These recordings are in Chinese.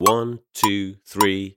One, two, three.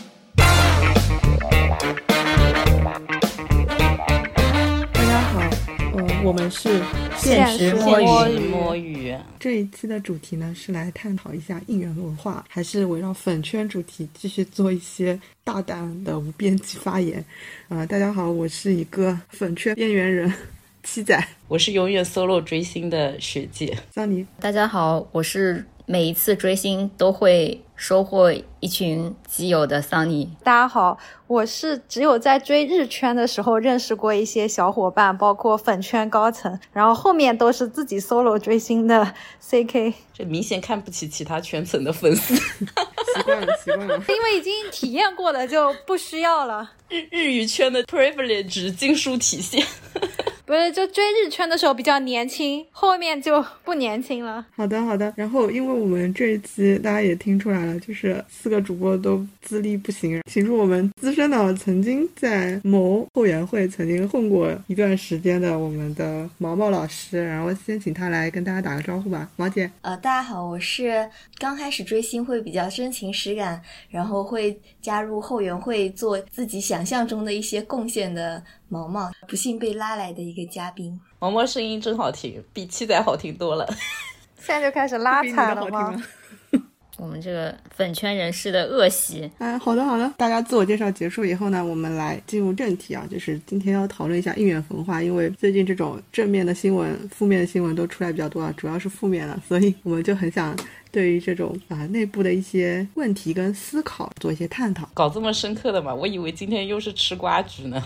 大家好，我们是现实摸鱼。 这一期的主题呢是来探讨一下应援文化，还是围绕粉圈主题继续做一些大胆的无边际发言。大家好，我是一个粉圈边缘人七仔， 我是永远 solo 追星的学姐桑尼。 大家好，我是每一次追星都会收获一群基友的桑尼。 大家好，我是只有在追日圈的时候认识过一些小伙伴，包括粉圈高层，然后后面都是自己 solo 追星的 CK。 这明显看不起其他圈层的粉丝习惯了因为已经体验过了就不需要了。 日语圈的 privilege 尽数体现不是，就追日圈的时候比较年轻，后面就不年轻了。 好的，然后因为我们这一期大家也听出来了，就是4个主播都资历不行，请出我们资深的曾经在某后援会曾经混过一段时间的我们的毛毛老师，然后先请他来跟大家打个招呼吧。毛姐。 大家好，我是刚开始追星会比较真情实感，然后会加入后援会做自己想象中的一些贡献的毛毛，不幸被拉来的一个嘉宾。 毛毛声音真好听，比七仔好听多了。 现在就开始拉踩了吗？ 我们这个粉圈人士的恶习。 好的，大家自我介绍结束以后呢，我们来进入正题啊，就是今天要讨论一下应援文化。因为最近这种正面的新闻、负面的新闻都出来比较多啊，主要是负面的，所以我们就很想对于这种内部的一些问题跟思考做一些探讨。 搞这么深刻的嘛？我以为今天又是吃瓜局呢。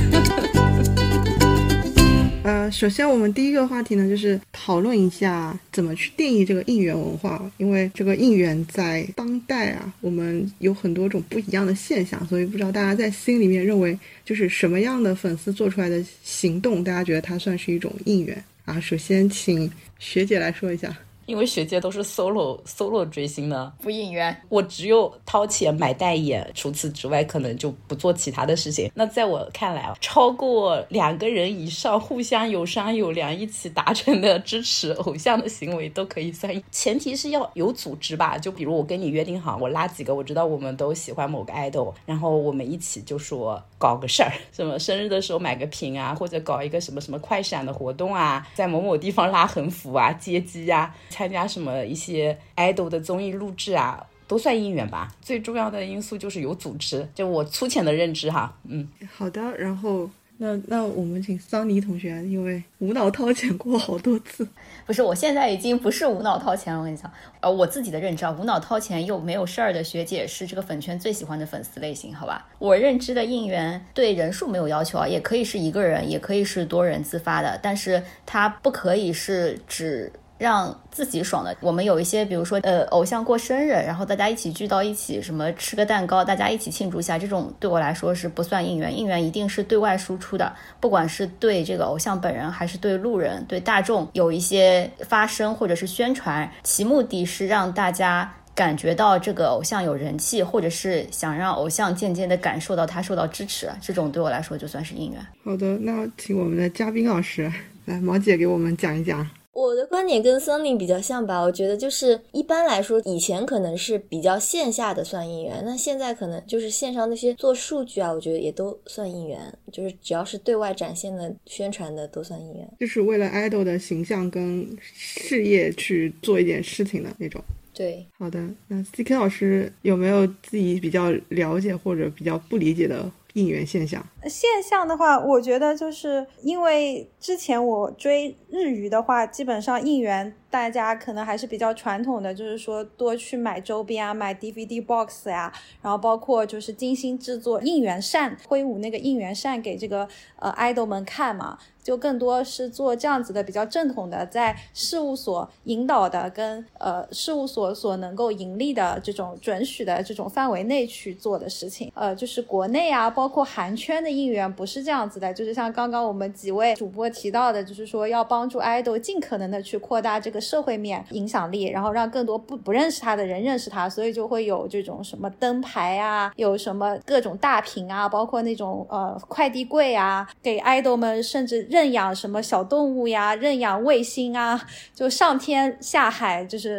首先我们第一个话题呢，就是讨论一下怎么去定义这个应援文化。因为这个应援在当代啊，我们有很多种不一样的现象，所以不知道大家在心里面认为就是什么样的粉丝做出来的行动，大家觉得它算是一种应援啊？首先请学姐来说一下。 因为学姐都是 solo 追星的， 不应援， 我只有掏钱买代言，除此之外可能就不做其他的事情。那在我看来，超过2个人以上互相有商有量一起达成的支持偶像的行为都可以算，前提是要有组织吧。就比如我跟你约定好，我拉几个我知道我们都喜欢某个 idol， 然后我们一起就说搞个事儿，什么生日的时候买个屏啊，或者搞一个什么什么快闪的活动啊，在某某地方拉横幅啊、接机啊，参加什么一些 idol 的综艺录制啊，都算应援吧。最重要的因素就是有组织，就我粗浅的认知哈。 好的，然后那我们请桑尼同学，因为无脑掏钱过好多次。 不是，我现在已经不是无脑掏钱了。我跟你讲，我自己的认知啊，无脑掏钱又没有事儿的学姐是这个粉圈最喜欢的粉丝类型，好吧？我认知的应援对人数没有要求啊，也可以是一个人，也可以是多人自发的，但是它不可以是只让自己爽的。我们有一些比如说偶像过生日，然后大家一起聚到一起，什么吃个蛋糕大家一起庆祝一下，这种对我来说是不算应援。应援一定是对外输出的，不管是对这个偶像本人还是对路人对大众有一些发声或者是宣传，其目的是让大家感觉到这个偶像有人气，或者是想让偶像渐渐的感受到他受到支持，这种对我来说就算是应援。 好的，那请我们的嘉宾老师来，毛姐给我们讲一讲。 我的观点跟桑尼比较像吧，我觉得就是一般来说以前可能是比较线下的算应援，那现在可能就是线上那些做数据啊，我觉得也都算应援，就是只要是对外展现的宣传的都算应援， 就是为了 idol 的形象跟事业去做一点事情的那种。 对， 好的，那 CK 老师有没有自己比较了解或者比较不理解的应援现象？ 现象的话，我觉得就是因为之前我追日语的话，基本上应援大家可能还是比较传统的，就是说多去买周边啊，买 DVD box 呀，然后包括就是精心制作应援扇，挥舞那个应援扇给这个idol 们看嘛，就更多是做这样子的比较正统的，在事务所引导的跟事务所所能够盈利的这种准许的这种范围内去做的事情。就是国内啊，包括韩圈的应援不是这样子的，就是像刚刚我们几位主播提到的，就是说要帮助 idol 尽可能的去扩大这个社会面影响力，然后让更多不认识他的人认识他，所以就会有这种什么灯牌啊，有什么各种大屏啊，包括那种快递柜啊，给 idol 们甚至认养什么小动物呀，认养卫星啊，就上天下海，就是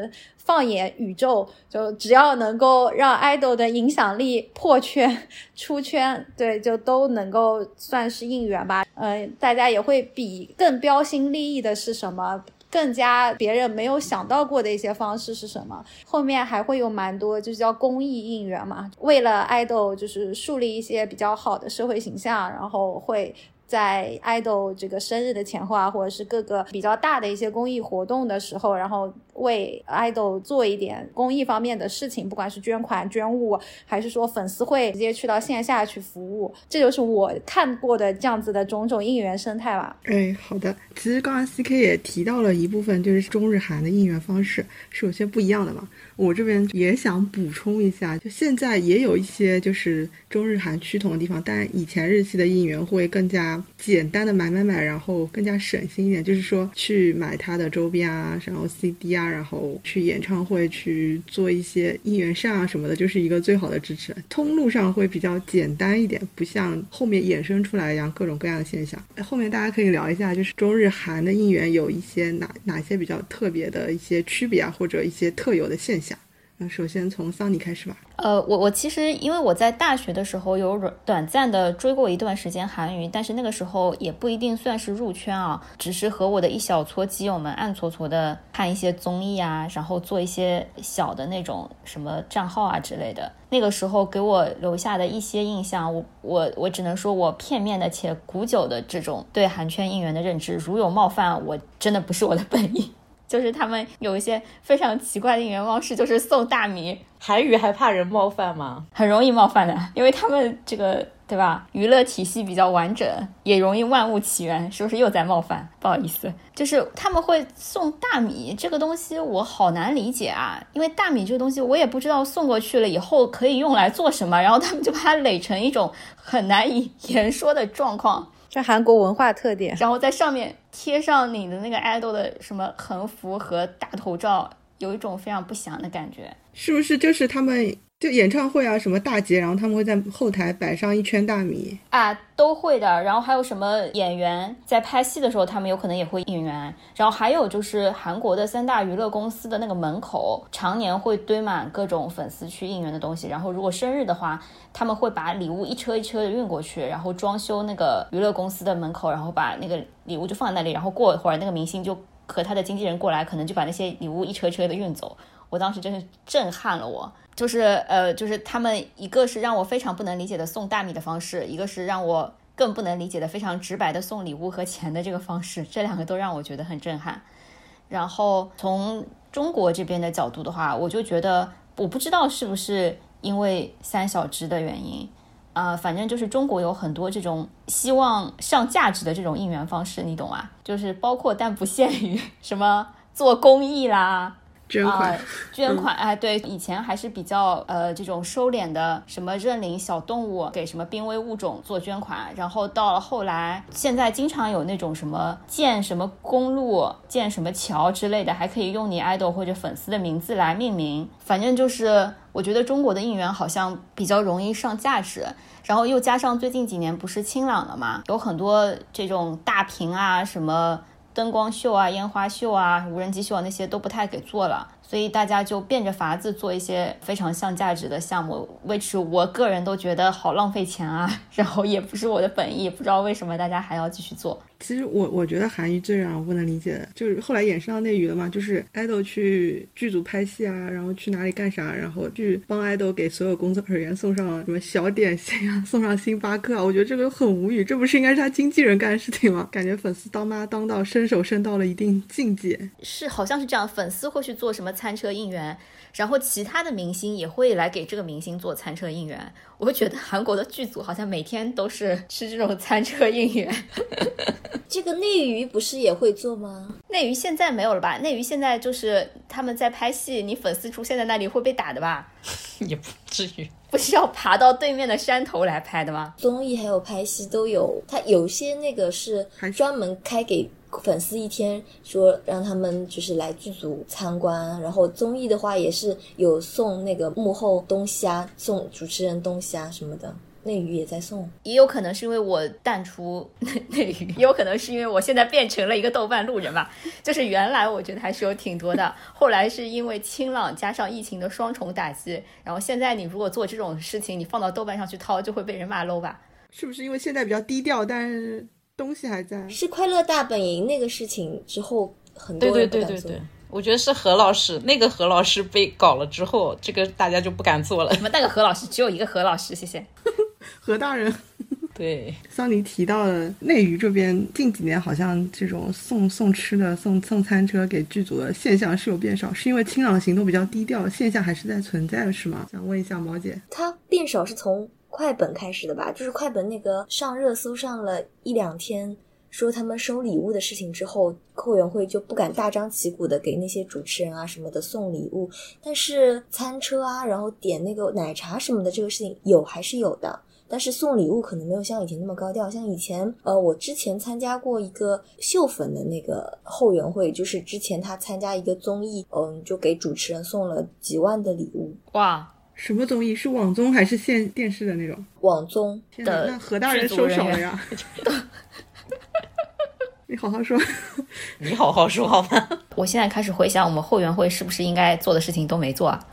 放眼宇宙，就只要能够让 idol 的影响力破圈出圈，对，就都能够算是应援吧。大家也会比更标新立异的是什么，更加别人没有想到过的一些方式是什么。后面还会有蛮多就是叫公益应援嘛，为了 idol 就是树立一些比较好的社会形象，然后会在 idol 这个生日的前后啊，或者是各个比较大的一些公益活动的时候，然后为 idol 做一点公益方面的事情，不管是捐款捐物，还是说粉丝会直接去到线下去服务，这就是我看过的这样子的种种应援生态吧。 好的。其实刚刚 CK 也提到了一部分，就是中日韩的应援方式是有些不一样的嘛。我这边也想补充一下，就现在也有一些就是中日韩趋同的地方，但以前日系的应援会更加简单的买，然后更加省心一点，就是说去买他的周边啊，然后 CD 啊，然后去演唱会去做一些应援扇啊什么的，就是一个最好的支持。通路上会比较简单一点，不像后面衍生出来一样各种各样的现象。后面大家可以聊一下，就是中日韩的应援有一些哪些比较特别的一些区别啊，或者一些特有的现象。首先从桑尼开始吧。 我其实因为我在大学的时候有短暂的追过一段时间韩娱，但是那个时候也不一定算是入圈啊，只是和我的一小撮基友们暗搓搓的看一些综艺啊，然后做一些小的那种什么账号啊之类的。那个时候给我留下的一些印象，我只能说我片面的且古久的这种对韩圈应援的认知，如有冒犯，我真的不是我的本意。就是他们有一些非常奇怪的应援方式，就是送大米。 韩语还怕人冒犯吗？ 很容易冒犯的，因为他们这个对吧，娱乐体系比较完整，也容易万物起源，是不是又在冒犯？不好意思，就是他们会送大米这个东西，我好难理解啊，因为大米这个东西我也不知道送过去了以后可以用来做什么，然后他们就把它垒成一种很难以言说的状况。 这韩国文化特点， 然后在上面贴上你的那个 idol 的什么横幅和大头照，有一种非常不祥的感觉。 是不是就是他们就演唱会啊什么大节，然后他们会在后台摆上一圈大米啊，都会的。然后还有什么演员在拍戏的时候，他们有可能也会应援。然后还有就是韩国的3大娱乐公司的那个门口常年会堆满各种粉丝去应援的东西，然后如果生日的话，他们会把礼物一车一车的运过去，然后装修那个娱乐公司的门口，然后把那个礼物就放在那里，然后过一会儿那个明星就和他的经纪人过来，可能就把那些礼物一车一车的运走。我当时真是震撼了我，就是他们一个是让我非常不能理解的送大米的方式，一个是让我更不能理解的非常直白的送礼物和钱的这个方式，这两个都让我觉得很震撼。然后从中国这边的角度的话，我就觉得我不知道是不是因为3小只的原因反正就是中国有很多这种希望上价值的这种应援方式，你懂啊？就是包括但不限于什么做公益啦，捐款对，以前还是比较这种收敛的，什么认领小动物给什么濒危物种做捐款，然后到了后来现在经常有那种什么建什么公路建什么桥之类的，还可以用你 idol 或者粉丝的名字来命名。反正就是我觉得中国的应援好像比较容易上价值，然后又加上最近几年不是清朗了嘛，有很多这种大屏啊，什么灯光秀啊、烟花秀啊、无人机秀啊，那些都不太给做了，所以大家就变着法子做一些非常上价值的项目，which我个人都觉得好浪费钱啊，然后也不是我的本意，不知道为什么大家还要继续做。 其实我觉得韩娱最让我不能理解的就是后来衍生到内娱了嘛，就是 idol 去剧组拍戏啊，然后去哪里干啥，然后去帮 idol 给所有工作人员送上什么小点心啊，送上星巴克啊，我觉得这个很无语，这不是应该是他经纪人干的事情吗？感觉粉丝当妈当到伸手伸到了一定境界。 是好像是这样，粉丝会去做什么餐车应援，然后其他的明星也会来给这个明星做餐车应援。我会觉得韩国的剧组好像每天都是吃这种餐车应援。 这个内娱不是也会做吗？ 内娱现在没有了吧？内娱现在就是他们在拍戏，你粉丝出现在那里会被打的吧？ 也不至于， 不是要爬到对面的山头来拍的吗？ 综艺还有拍戏都有，它有些那个是专门开给粉丝一天，说让他们就是来剧组参观，然后综艺的话也是有送那个幕后东西啊，送主持人东西啊什么的。 内娱也在送。 也有可能是因为我淡出内娱，也有可能是因为我现在变成了一个豆瓣路人吧。就是原来我觉得还是有挺多的，后来是因为清朗加上疫情的双重打击，然后现在你如果做这种事情，你放到豆瓣上去掏，就会被人骂 low 吧？ 是不是因为现在比较低调，但是东西还在？ 是快乐大本营那个事情之后，很多人不敢做。 对，我觉得是何老师，那个何老师被搞了之后，这个大家就不敢做了。 什么那个何老师，只有一个何老师，谢谢。 何大人。 对， 桑尼提到了内娱这边近几年好像这种送吃的、送餐车给剧组的现象是有变少，是因为清朗行动比较低调，现象还是在存在的是吗？想问一下毛姐。 它变少是从快本开始的吧？就是快本那个上热搜上了1-2天，说他们收礼物的事情之后，后援会就不敢大张旗鼓的给那些主持人啊什么的送礼物，但是餐车啊，然后点那个奶茶什么的这个事情还是有的。但是送礼物可能没有像以前那么高调，像以前我之前参加过一个秀粉的那个后援会，就是之前他参加一个综艺，就给主持人送了几万的礼物。 哇， 什么综艺？是网综还是线电视的那种？ 网综的。那何大人收手了呀？你好好说。 你好好说好吗？ 我现在开始回想，我们后援会是不是应该做的事情都没做啊？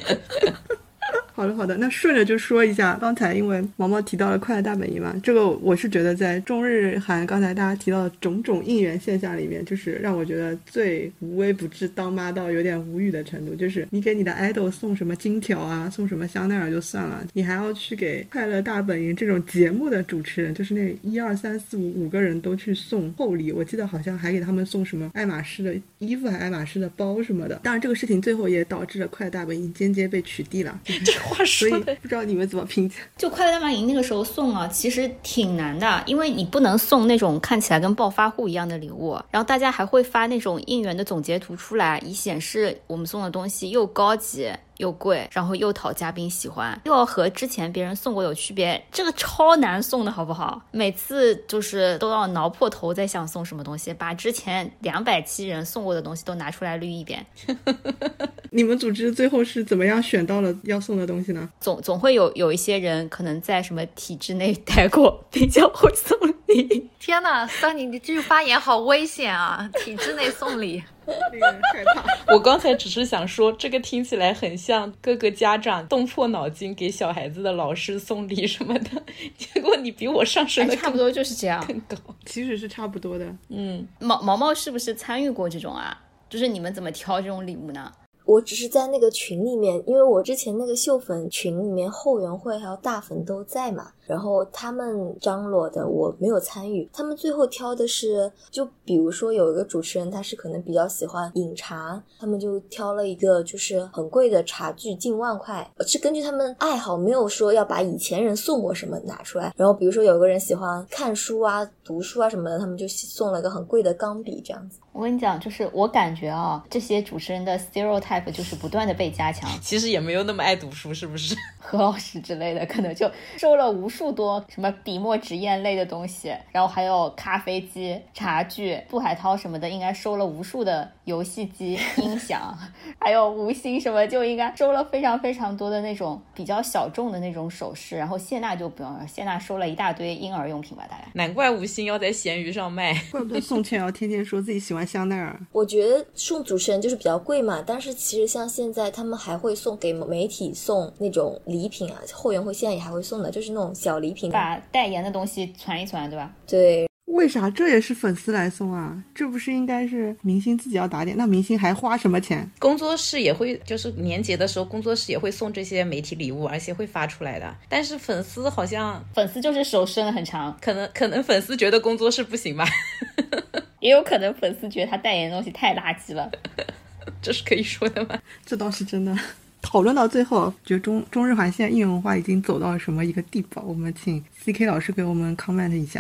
好的，那顺着就说一下，刚才因为毛毛提到了快乐大本营嘛，这个我是觉得在中日韩刚才大家提到的种种应援现象里面，就是让我觉得最无微不至当妈到有点无语的程度，就是你给你的 idol 送什么金条啊，送什么香奈儿就算了，你还要去给快乐大本营这种节目的主持人，就是那1、2、3、4、5个人都去送厚礼，我记得好像还给他们送什么爱马仕的衣服还爱马仕的包什么的。当然这个事情最后也导致了快乐大本营间接被取缔了。所以不知道你们怎么评价。 就快乐大本营那个时候送啊，其实挺难的，因为你不能送那种看起来跟暴发户一样的礼物，然后大家还会发那种应援的总结图出来，以显示我们送的东西又高级又贵，然后又讨嘉宾喜欢，又要和之前别人送过有区别，这个超难送的好不好？每次就是都要挠破头在想送什么东西，把之前200期人送过的东西都拿出来捋一遍。 你们组织最后是怎么样选到了要送的东西呢？ 总会有一些人可能在什么体制内待过，比较会送礼。 天哪，桑尼，你这句发言好危险啊！体制内送礼。 令人害怕。 我刚才只是想说，这个听起来很像各个家长动破脑筋给小孩子的老师送礼什么的，结果你比我上升的差不多就是这样， 更高。 其实是差不多的。 毛毛是不是参与过这种啊？就是你们怎么挑这种礼物呢？ 我只是在那个群里面，因为我之前那个秀粉群里面后援会还有大粉都在嘛，然后他们张罗的我没有参与，他们最后挑的是，就比如说有一个主持人他是可能比较喜欢饮茶，他们就挑了一个就是很贵的茶具，近万块，是根据他们爱好，没有说要把以前人送过什么拿出来。然后比如说有个人喜欢看书啊读书啊什么的，他们就送了个很贵的钢笔这样子。 我跟你讲，就是我感觉啊，这些主持人的 stereotype 就是不断的被加强。 其实也没有那么爱读书，是不是？ 何老师之类的，可能就收了无数多什么笔墨纸砚类的东西，然后还有咖啡机、茶具，杜海涛什么的应该收了无数的游戏机、音响，还有吴昕什么就应该收了非常非常多的那种比较小众的那种首饰。然后谢娜就不用了，谢娜收了一大堆婴儿用品吧，大概。 难怪吴昕要在闲鱼上卖， 怪不得宋茜瑶天天说自己喜欢香奈儿。 我觉得送主持人就是比较贵嘛，但是其实像现在他们还会送给媒体送那种礼品啊，后援会现在也还会送的，就是那种小礼品， 把代言的东西传一传，对吧？ 对。 为啥这也是粉丝来送啊？这不是应该是明星自己要打点？那明星还花什么钱？ 工作室也会，就是年节的时候工作室也会送这些媒体礼物，而且会发出来的。但是粉丝好像粉丝就是手伸得很长， 可能粉丝觉得工作室不行吧。 也有可能粉丝觉得他代言的东西太垃圾了。 这是可以说的吗？ 这倒是真的。讨论到最后，觉得中日韩现在应援文化已经走到了什么一个地步？我们请 CK 老师给我们 comment 一下。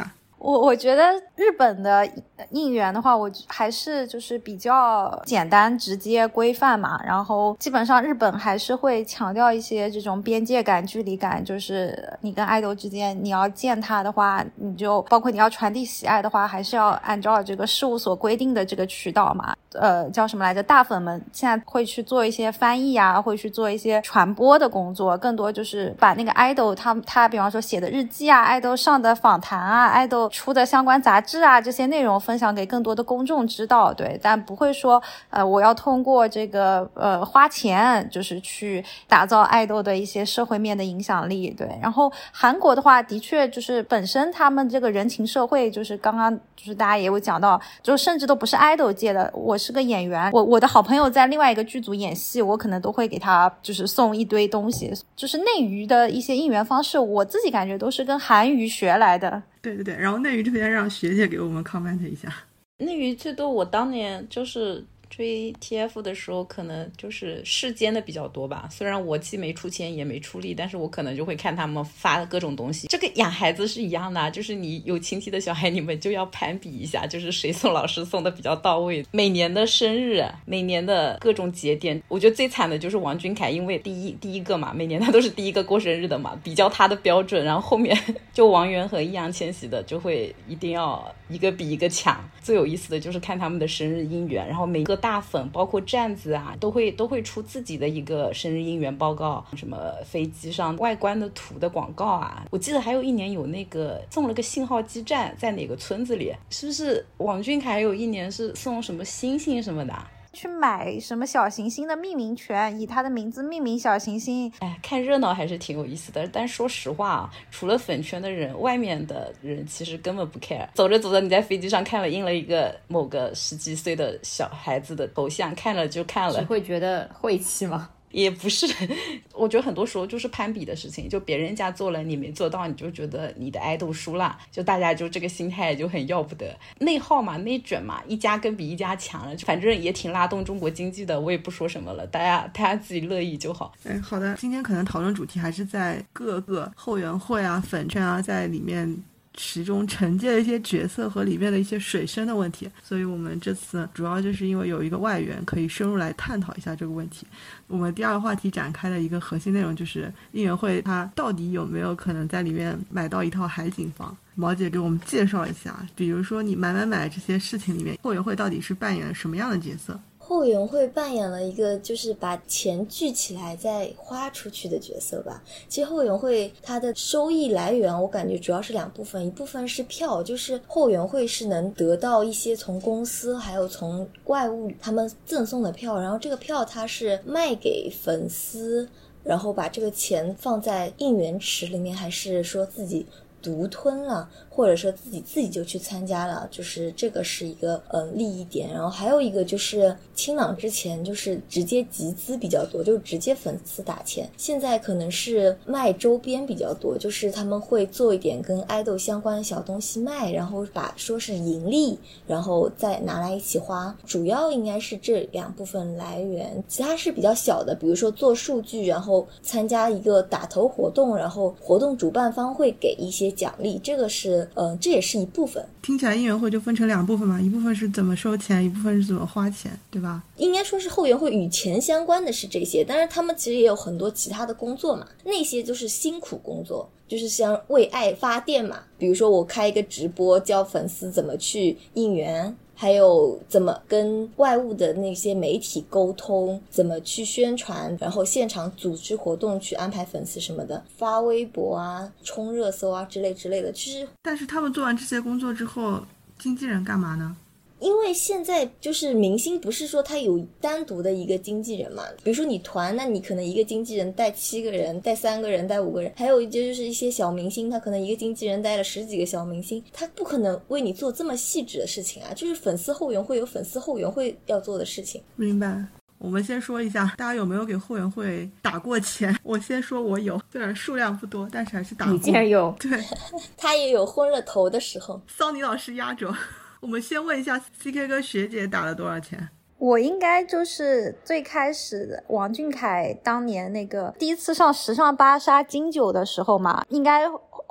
我觉得日本的应援的话，我还是就是比较简单直接规范嘛，然后基本上日本还是会强调一些这种边界感距离感，就是你跟爱豆之间你要见他的话，你就包括你要传递喜爱的话，还是要按照这个事务所规定的这个渠道嘛。叫什么来着，大粉们现在会去做一些翻译啊，会去做一些传播的工作，更多就是把那个爱豆他比方说写的日记啊，爱豆上的访谈啊，爱豆出的相关杂志啊，这些内容分享给更多的公众知道。对，但不会说我要通过这个花钱就是去打造爱豆的一些社会面的影响力。对，然后韩国的话的确就是本身他们这个人情社会，就是刚刚就是大家也有讲到，就甚至都不是爱豆界的，我是个演员，我的好朋友在另外一个剧组演戏，我可能都会给他就是送一堆东西，就是内娱的一些应援方式，我自己感觉都是跟韩娱学来的。 对，然后内娱这边让学姐给我们 comment 一下。 内娱最多我当年就是追 TF 的时候可能就是世间的比较多吧，虽然我既没出钱也没出力，但是我可能就会看他们发的各种东西。这个养孩子是一样的，就是你有亲戚的小孩，你们就要攀比一下，就是谁送老师送的比较到位。每年的生日，每年的各种节点，我觉得最惨的就是王俊凯，因为第一个嘛，每年他都是第一个过生日的嘛，比较他的标准，然后后面就王源和易烊千玺的就会一定要一个比一个强。最有意思的就是看他们的生日应援，然后每个大粉包括站子啊都会出自己的一个生日应援报告，什么飞机上外观的图的广告啊。我记得还有一年有那个送了个信号基站在哪个村子里，是不是王俊凯有一年是送什么星星什么的， 去买什么小行星的命名权，以他的名字命名小行星。 看热闹还是挺有意思的。但说实话啊，除了粉圈的人，外面的人其实根本不 care。走着走着，你在飞机上看了印了一个某个10几岁的小孩子的头像，看了就看了， 只会觉得晦气吗？ 也不是，我觉得很多时候就是攀比的事情，就别人家做了你没做到，你就觉得你的爱豆输了，就大家就这个心态就很要不得，内耗嘛，内卷嘛，一家跟比一家强了，反正也挺拉动中国经济的，我也不说什么了，大家自己乐意就好。 好的，今天可能讨论主题还是在各个后援会啊、粉圈啊，在里面其中承接了一些角色和里面的一些水深的问题，所以我们这次主要就是因为有一个外援可以深入来探讨一下这个问题。我们第二个话题展开的一个核心内容就是应援会它到底有没有可能在里面买到一套海景房。毛姐给我们介绍一下，比如说你买这些事情里面，后援会到底是扮演了什么样的角色？ 后援会扮演了一个就是把钱聚起来再花出去的角色吧。其实后援会它的收益来源我感觉主要是2部分，一部分是票，就是后援会是能得到一些从公司还有从外务他们赠送的票，然后这个票它是卖给粉丝，然后把这个钱放在应援池里面，还是说自己独吞了，或者说自己就去参加了，就是这个是一个利益点。然后还有一个就是清朗之前就是直接集资比较多，就直接粉丝打钱，现在可能是卖周边比较多，就是他们会做一点跟爱豆相关的小东西卖，然后把说是盈利，然后再拿来一起花，主要应该是这2部分来源，其他是比较小的，比如说做数据，然后参加一个打头活动，然后活动主办方会给一些奖励，这个是这也是一部分。 听起来应援会就分成2部分嘛，一部分是怎么收钱，一部分是怎么花钱，对吧？ 应该说是后援会与钱相关的是这些，但是他们其实也有很多其他的工作嘛，那些就是辛苦工作，就是像为爱发电嘛，比如说我开一个直播教粉丝怎么去应援，还有怎么跟外务的那些媒体沟通，怎么去宣传，然后现场组织活动去安排粉丝什么的，发微博啊，冲热搜啊之类的。其实但是他们做完这些工作之后，经纪人干嘛呢？ 因为现在就是明星不是说他有单独的一个经纪人嘛，比如说你团，那你可能一个经纪人带7个人，带3个人，带5个人，还有就是一些小明星，他可能一个经纪人带了10几个小明星，他不可能为你做这么细致的事情啊，就是粉丝后援会有粉丝后援会要做的事情。 明白。我们先说一下大家有没有给后援会打过钱。我先说我有，虽然数量不多，但是还是打过。 你竟然有？ 对， 他也有昏了头的时候。 桑尼老师压轴。我们先问一下 CK 哥学姐打了多少钱？ 我应该就是最开始的王俊凯当年那个第一次上时尚芭莎金9的时候嘛，应该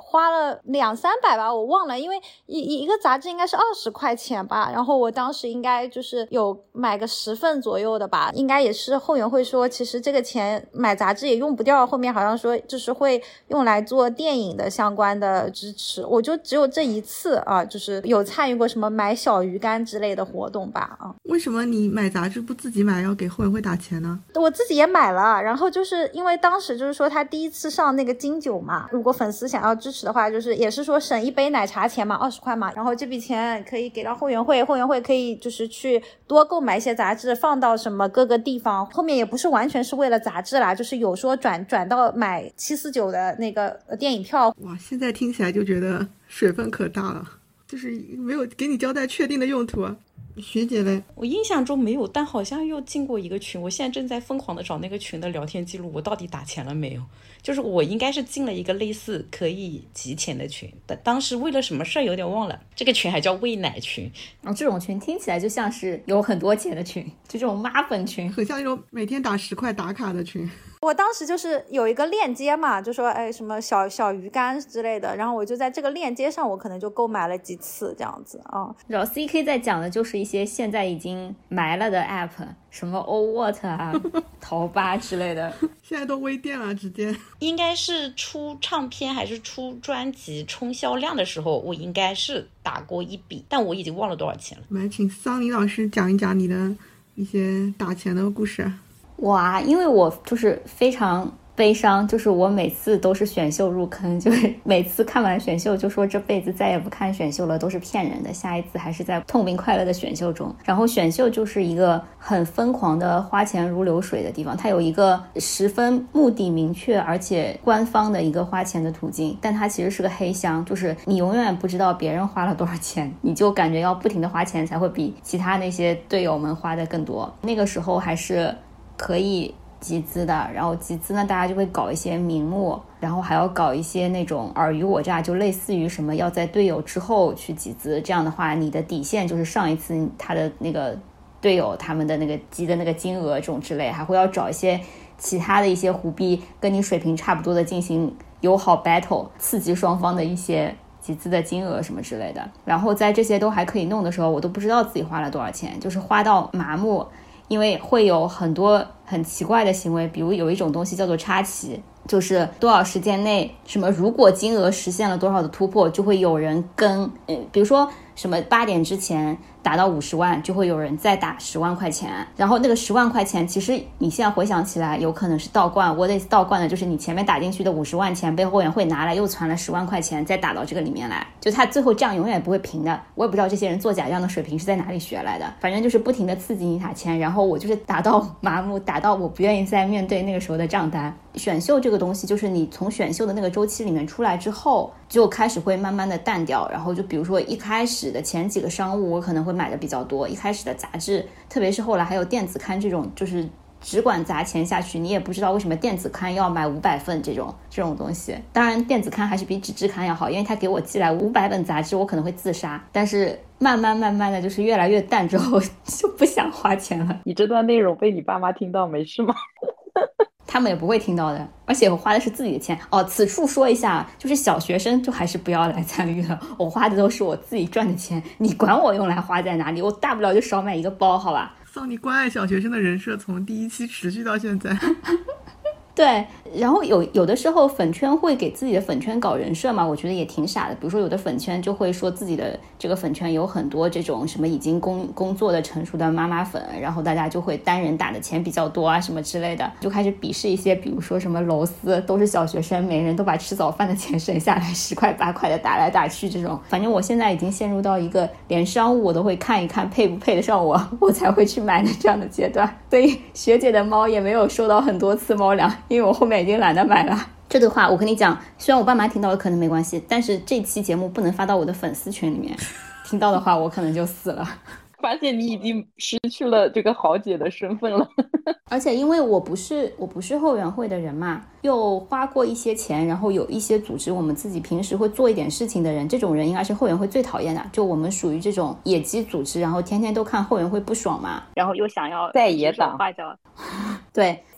花了200-300吧，我忘了，因为一个杂志应该是20块钱吧，然后我当时应该就是有买个10份左右的吧，应该也是后援会说其实这个钱买杂志也用不掉，后面好像说就是会用来做电影的相关的支持，我就只有这一次啊，就是有参与过什么买小鱼干之类的活动吧啊。 为什么你买杂志不自己买，要给后援会打钱呢？ 我自己也买了，然后就是因为当时就是说他第一次上那个金9嘛，如果粉丝想要支持的话，就是也是说省一杯奶茶钱嘛，20块嘛，然后这笔钱可以给到后援会，后援会可以就是去多购买一些杂志放到什么各个地方，后面也不是完全是为了杂志啦，就是有说转到买749的那个电影票。 哇，现在听起来就觉得水分可大了，就是没有给你交代确定的用途啊。学姐嘞？ 我印象中没有，但好像又进过一个群，我现在正在疯狂的找那个群的聊天记录，我到底打钱了没有？就是我应该是进了一个类似可以集钱的群，但当时为了什么事儿有点忘了，这个群还叫喂奶群。 这种群听起来就像是有很多钱的群，就这种妈粉群， 很像那种每天打10块打卡的群。 我当时就是有一个链接嘛，就说什么小鱼干之类的，然后我就在这个链接上我可能就购买了几次这样子啊。 然后 CK 在讲的就是一些现在已经埋了的 app， 什么 Allwhat 啊淘吧之类的， 现在都微店了，直接应该是出唱片还是出专辑冲销量的时候，我应该是打过一笔，但我已经忘了多少钱了。 我们请桑尼老师讲一讲你的一些打钱的故事。 哇，因为我就是非常悲伤，就是我每次都是选秀入坑，就是每次看完选秀就说这辈子再也不看选秀了，都是骗人的，下一次还是在痛并快乐的选秀中。然后选秀就是一个很疯狂的花钱如流水的地方，它有一个十分目的明确而且官方的一个花钱的途径，但它其实是个黑箱，就是你永远不知道别人花了多少钱，你就感觉要不停的花钱才会比其他那些队友们花的更多。那个时候还是可以集资的，然后集资呢大家就会搞一些名目，然后还要搞一些那种尔虞我诈，就类似于什么要在队友之后去集资，这样的话你的底线就是上一次他的那个队友他们的那个集的那个金额这种之类，还会要找一些其他的一些胡逼跟你水平差不多的进行友好 battle， 刺激双方的一些集资的金额什么之类的。然后在这些都还可以弄的时候，我都不知道自己花了多少钱，就是花到麻木，因为会有很多很奇怪的行为，比如有一种东西叫做插旗，就是多少时间内什么如果金额实现了多少的突破，就会有人跟比如说什么8点之前达到50万，就会有人再打10万块钱，然后那个10万块钱其实你现在回想起来有可能是倒灌，我得倒灌的就是你前面打进去的50万钱被后援会拿来又传了10万块钱再打到这个里面来，就他最后账永远不会平的。我也不知道这些人做假账的水平是在哪里学来的，反正就是不停的刺激你打钱，然后我就是打到麻木，打到我不愿意再面对那个时候的账单。选秀这个东西就是你从选秀的那个周期里面出来之后就开始会慢慢的淡掉，然后就比如说一开始的前几个商务我可能会买的比较多，一开始的杂志特别是后来还有电子刊这种就是只管砸钱下去，你也不知道为什么电子刊要买500份这种东西。当然电子刊还是比纸质刊要好，因为他给我寄来500本杂志我可能会自杀，但是慢慢的就是越来越淡之后就不想花钱了。 你这段内容被你爸妈听到没事吗？ 他们也不会听到的，而且我花的是自己的钱哦。此处说一下，就是小学生就还是不要来参与了，我花的都是我自己赚的钱，你管我用来花在哪里，我大不了就少买一个包好吧。 桑尼关爱小学生的人设从第一期持续到现在对，然后有的时候粉圈会给自己的粉圈搞人设嘛，我觉得也挺傻的。比如说有的粉圈就会说自己的这个粉圈有很多这种什么已经工作的成熟的妈妈粉，然后大家就会单人打的钱比较多啊什么之类的，就开始鄙视一些比如说什么楼丝都是小学生，每人都把吃早饭的钱省下来10块8块的打来打去这种。反正我现在已经陷入到一个连商务我都会看一看配不配得上我才会去买的这样的阶段，所以学姐的猫也没有收到很多次猫粮，因为我后面已经懒得买了。这个话我跟你讲，虽然我爸妈听到了可能没关系，但是这期节目不能发到我的粉丝群里面，听到的话我可能就死了。 发现你已经失去了这个豪姐的身份了。 而且因为我不是后援会的人嘛，又花过一些钱，然后有一些组织我们自己平时会做一点事情的人，这种人应该是后援会最讨厌的。就我们属于这种野鸡组织，然后天天都看后援会不爽嘛， 然后又想要在野党对，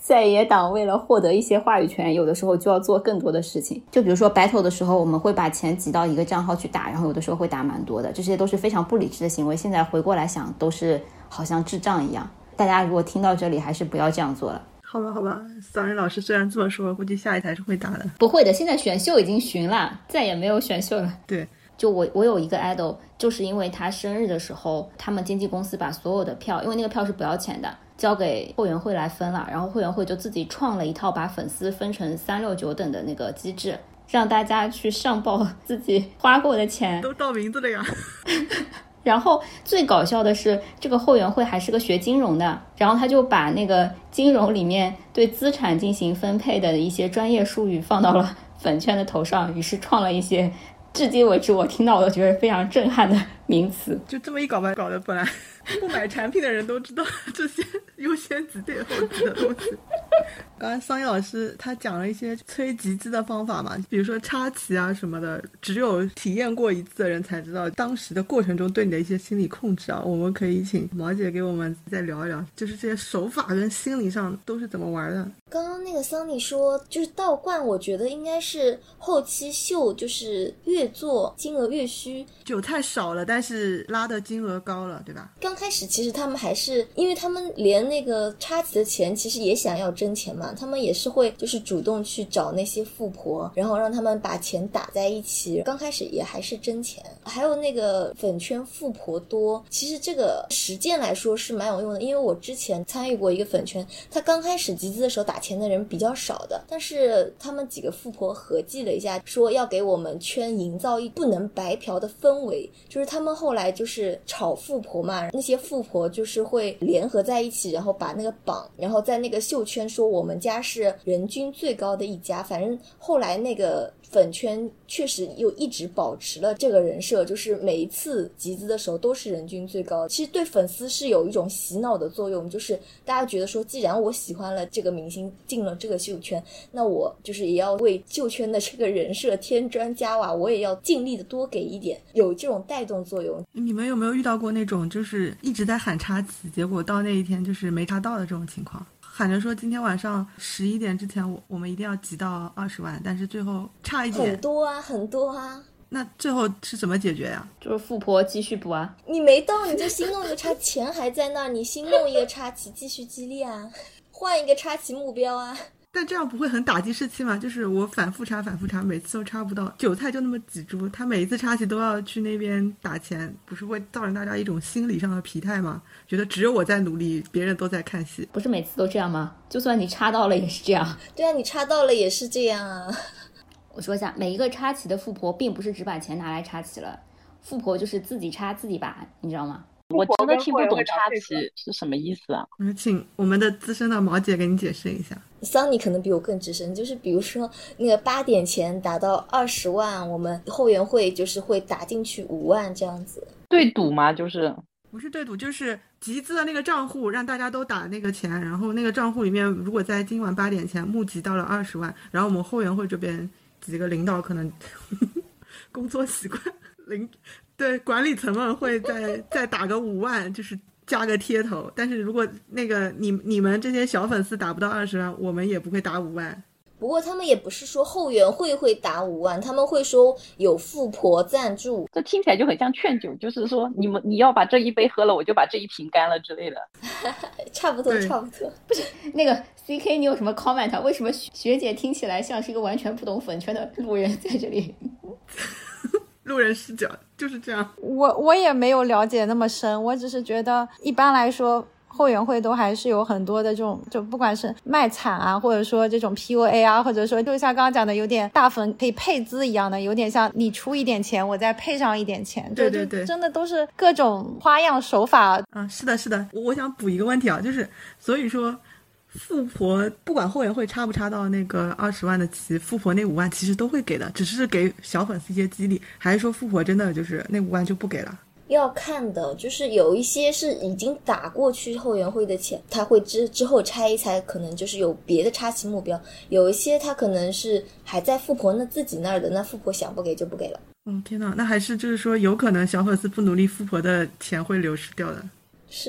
在野党为了获得一些话语权，有的时候就要做更多的事情。就比如说 battle 的时候，我们会把钱挤到一个账号去打，然后有的时候会打蛮多的，这些都是非常不理智的行为。现在回过来想，都是好像智障一样。大家如果听到这里，还是不要这样做了。 好吧好吧，桑人老师虽然这么说，估计下一台是会打的。 不会的，现在选秀已经巡了，再也没有选秀了。 对， 就我有一个 idol， 就是因为他生日的时候，他们经纪公司把所有的票，因为那个票是不要钱的，交给后援会来分了，然后后援会就自己创了一套把粉丝分成369等的那个机制，让大家去上报自己花过的钱， 都到名字了呀。 然后最搞笑的是，这个后援会还是个学金融的，然后他就把那个金融里面对资产进行分配的一些专业术语放到了粉圈的头上，于是创了一些至今为止我听到我都觉得非常震撼的名词。 就这么一搞吧，搞得本来不买产品的人都知道这些优先级对后级的东西。刚才桑叶老师他讲了一些催集资的方法嘛，比如说插旗啊什么的，只有体验过一次的人才知道当时的过程中对你的一些心理控制啊。我们可以请毛姐给我们再聊一聊，就是这些手法跟心理上都是怎么玩的。 刚刚那个桑尼说就是倒灌，我觉得应该是后期秀，就是越做金额越虚， 韭菜少了但是拉的金额高了，对吧？ 刚开始其实他们还是因为他们连那个插旗的钱其实也想要挣钱嘛，他们也是会就是主动去找那些富婆，然后让他们把钱打在一起，刚开始也还是挣钱。还有那个粉圈富婆多，其实这个实践来说是蛮有用的，因为我之前参与过一个粉圈，他刚开始集资的时候打钱的人比较少的，但是他们几个富婆合计了一下，说要给我们圈营造一不能白嫖的氛围，就是他们后来就是炒富婆嘛，那些富婆就是会联合在一起，然后把那个榜，然后在那个秀圈说我们家是人均最高的一家，反正后来那个粉圈确实又一直保持了这个人设，就是每一次集资的时候都是人均最高。其实对粉丝是有一种洗脑的作用，就是大家觉得说既然我喜欢了这个明星进了这个秀圈，那我就是也要为秀圈的这个人设添砖加瓦，我也要尽力的多给一点，有这种带动作用。 你们有没有遇到过那种就是一直在喊插旗，结果到那一天就是没插到的这种情况？喊着说今天晚上11点之前我们一定要集到20万，但是最后差一点。 很多啊很多啊。 那最后是怎么解决呀？ 就是富婆继续补啊， 你没到你就新弄一个插，钱还在那儿，你新弄一个插旗继续激励啊，换一个插旗目标啊。 但这样不会很打击士气吗？就是我反复插，每次都插不到，韭菜就那么几株，他每一次插旗都要去那边打钱，不是会造成大家一种心理上的疲态吗？觉得只有我在努力，别人都在看戏。 不是每次都这样吗？就算你插到了也是这样。 对啊，你插到了也是这样啊。 我说一下，每一个插旗的富婆并不是只把钱拿来插旗了，富婆就是自己插自己把，你知道吗？ 我真的听不懂插旗是什么意思啊？ 请我们的资深的毛姐给你解释一下。 桑尼可能比我更资深，就是比如说那个8点前打到20万，我们后援会就是会打进去5万这样子。 对赌吗？就是不是对赌，就是集资的那个账户让大家都打那个钱，然后那个账户里面如果在今晚8点前募集到了20万，然后我们后援会这边几个领导可能工作习惯对管理层们会再打个5万，就是加个贴头。但是如果那个你们这些小粉丝打不到20万，我们也不会打5万。 不过他们也不是说后援会打5万，他们会说有富婆赞助。 这听起来就很像劝酒，就是说你要把这一杯喝了，我就把这一瓶干了之类的。 差不多。 不是那个 CK， 你有什么 comment？ 为什么学姐听起来像是一个完全不懂粉圈的路人在这里？ 路人视角就是这样。 我也没有了解那么深，我只是觉得一般来说后援会都还是有很多的这种，就不管是卖惨啊，或者说这种 PUA 啊，或者说就像刚刚讲的有点大粉可以配资一样的，有点像你出一点钱我再配上一点钱。 对， 真的都是各种花样手法。 是的，我想补一个问题啊，就是所以说富婆不管后援会插不插到那个20万的旗，富婆那5万其实都会给的，只是给小粉丝一些激励，还是说富婆真的就是那5万就不给了？ 要看的，就是有一些是已经打过去后援会的钱，他会之后拆一拆，可能就是有别的插旗目标。有一些他可能是还在富婆自己那儿的，那富婆想不给就不给了。 天哪，那还是就是说有可能小粉丝不努力，富婆的钱会流失掉的。 是的。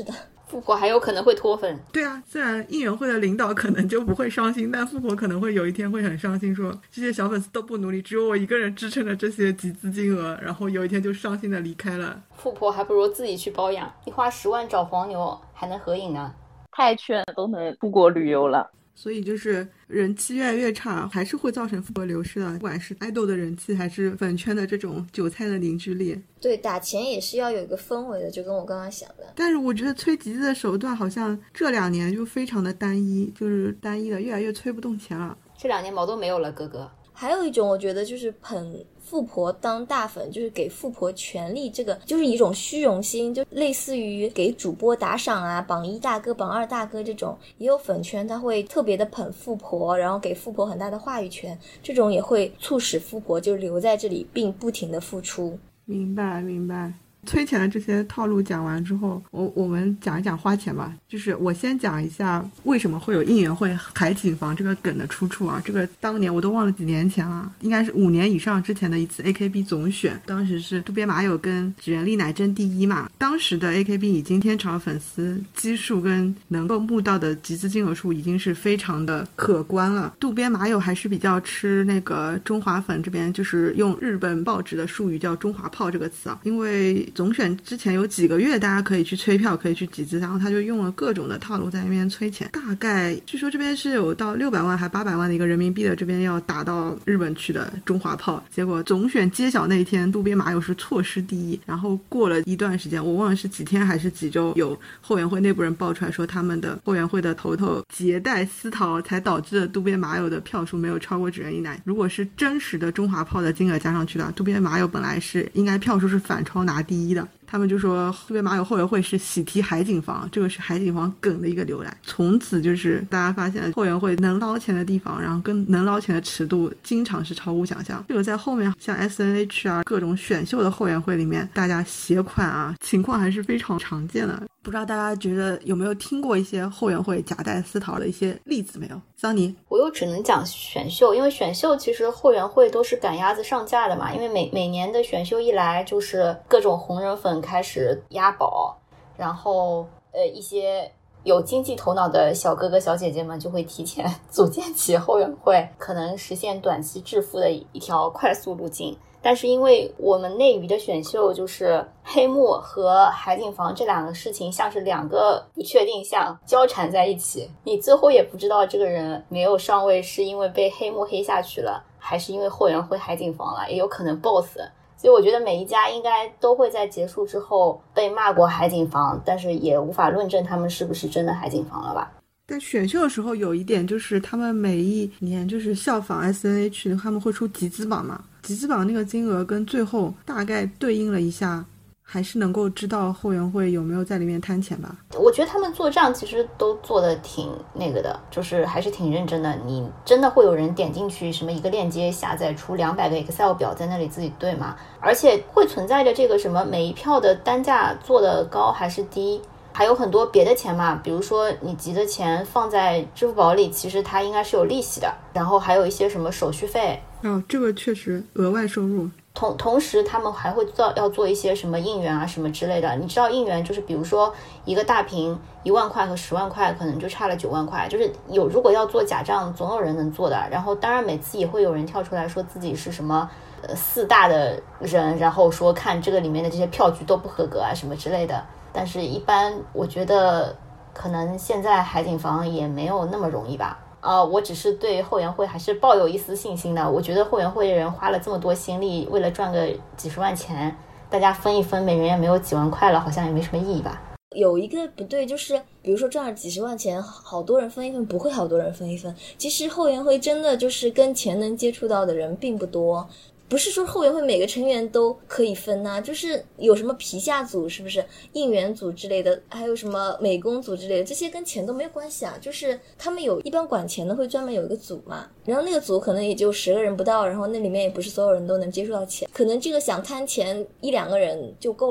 富婆还有可能会脱粉。 对啊，虽然应援会的领导可能就不会伤心，但富婆可能会有一天会很伤心，说这些小粉丝都不努力，只有我一个人支撑着这些集资金额，然后有一天就伤心的离开了。 富婆还不如自己去包养，你花10万找黄牛还能合影呢。 泰拳都能出国旅游了。 所以就是人气越来越差，还是会造成富婆流失的，不管是爱豆的人气还是粉圈的这种韭菜的凝聚力。 对，打钱也是要有一个氛围的，就跟我刚刚想的。 但是我觉得催集资的手段好像这2年就非常的单一，就是单一的越来越催不动钱了。 这2年毛都没有了，哥哥。 还有一种我觉得就是捧富婆当大粉，就是给富婆权力，这个就是一种虚荣心，就类似于给主播打赏啊，榜1大哥榜2大哥这种，也有粉圈他会特别的捧富婆，然后给富婆很大的话语权，这种也会促使富婆就留在这里并不停的付出。 明白明白。催钱的这些套路讲完之后，我们讲一讲花钱吧。就是我先讲一下为什么会有应援会海景房这个梗的出处啊。这个当年我都忘了几年前了，应该是5年以上之前的一次 AKB 总选，当时是渡边麻友跟指原莉乃争第1嘛。当时的 AKB 已经天朝粉丝基数跟能够募到的集资金额数已经是非常的可观了。渡边麻友还是比较吃那个中华粉这边，就是用日本报纸的术语叫中华炮这个词啊，因为总选之前有几个月大家可以去催票可以去集资，然后他就用了各种的套路在那边催钱，大概据说这边是有到600万还800万的一个人民币的，这边要打到日本去的中华炮。结果总选揭晓那一天渡边麻友是错失第1，然后过了一段时间我忘了是几天还是几周，有后援会内部人爆出来说他们的后援会的头头结带私逃，才导致了渡边麻友的票数没有超过指原莉乃。如果是真实的中华炮的金额加上去的，渡边麻友本来是应该票数是反超拿第1的。他们就说渡边麻友后援会是喜提海景房，这个是海景房梗的一个由来。从此就是大家发现后援会能捞钱的地方，然后跟能捞钱的尺度经常是超乎想象。这个在后面像 SNH 啊各种选秀的后援会里面，大家携款啊情况还是非常常见的。不知道大家觉得有没有听过一些后援会假带私逃的一些例子没有？桑尼？ 我又只能讲选秀，因为选秀其实后援会都是赶鸭子上架的嘛，因为每年的选秀一来就是各种红人粉开始押宝，然后一些有经济头脑的小哥哥小姐姐们就会提前组建起后援会，可能实现短期致富的一条快速路径。但是因为我们内娱的选秀就是黑幕和海景房这2个事情像是2个不确定项交缠在一起，你最后也不知道这个人没有上位是因为被黑幕黑下去了，还是因为后援会海景房了，也有可能 both。 所以我觉得每一家应该都会在结束之后被骂过海景房，但是也无法论证他们是不是真的海景房了吧。 在选秀的时候有一点就是他们每一年就是效仿 SNH 他们会出集资榜嘛，集资榜那个金额跟最后大概对应了一下，还是能够知道后援会有没有在里面摊钱吧。 我觉得他们做账其实都做得挺那个的，就是还是挺认真的。你真的会有人点进去什么一个链接下载出200个 Excel 表在那里自己对吗？而且会存在着这个什么每一票的单价做得高还是低，还有很多别的钱嘛，比如说你集的钱放在支付宝里，其实它应该是有利息的，然后还有一些什么手续费。 这个确实额外收入。 同时他们还会要做一些什么应援啊什么之类的。你知道应援就是比如说一个大屏1万块和10万块可能就差了9万块，就是如果要做假账总有人能做的。然后当然每次也会有人跳出来说自己是什么4大的人，然后说看这个里面的这些票据都不合格啊什么之类的。但是一般我觉得可能现在海景房也没有那么容易吧。我只是对后援会还是抱有一丝信心的。我觉得后援会的人花了这么多心力，为了赚个几十万钱，大家分一分，每人也没有几万块了，好像也没什么意义吧。 有一个不对，就是比如说赚了几十万钱，好多人分一分，不会好多人分一分。其实后援会真的就是跟钱能接触到的人并不多。不是说后援会每个成员都可以分啊，就是有什么皮下组是不是应援组之类的，还有什么美工组之类的，这些跟钱都没有关系啊。就是他们一般管钱的会专门有一个组嘛，然后那个组可能也就10个人不到，然后那里面也不是所有人都能接触到钱，可能这个想摊钱1-2个人就够了。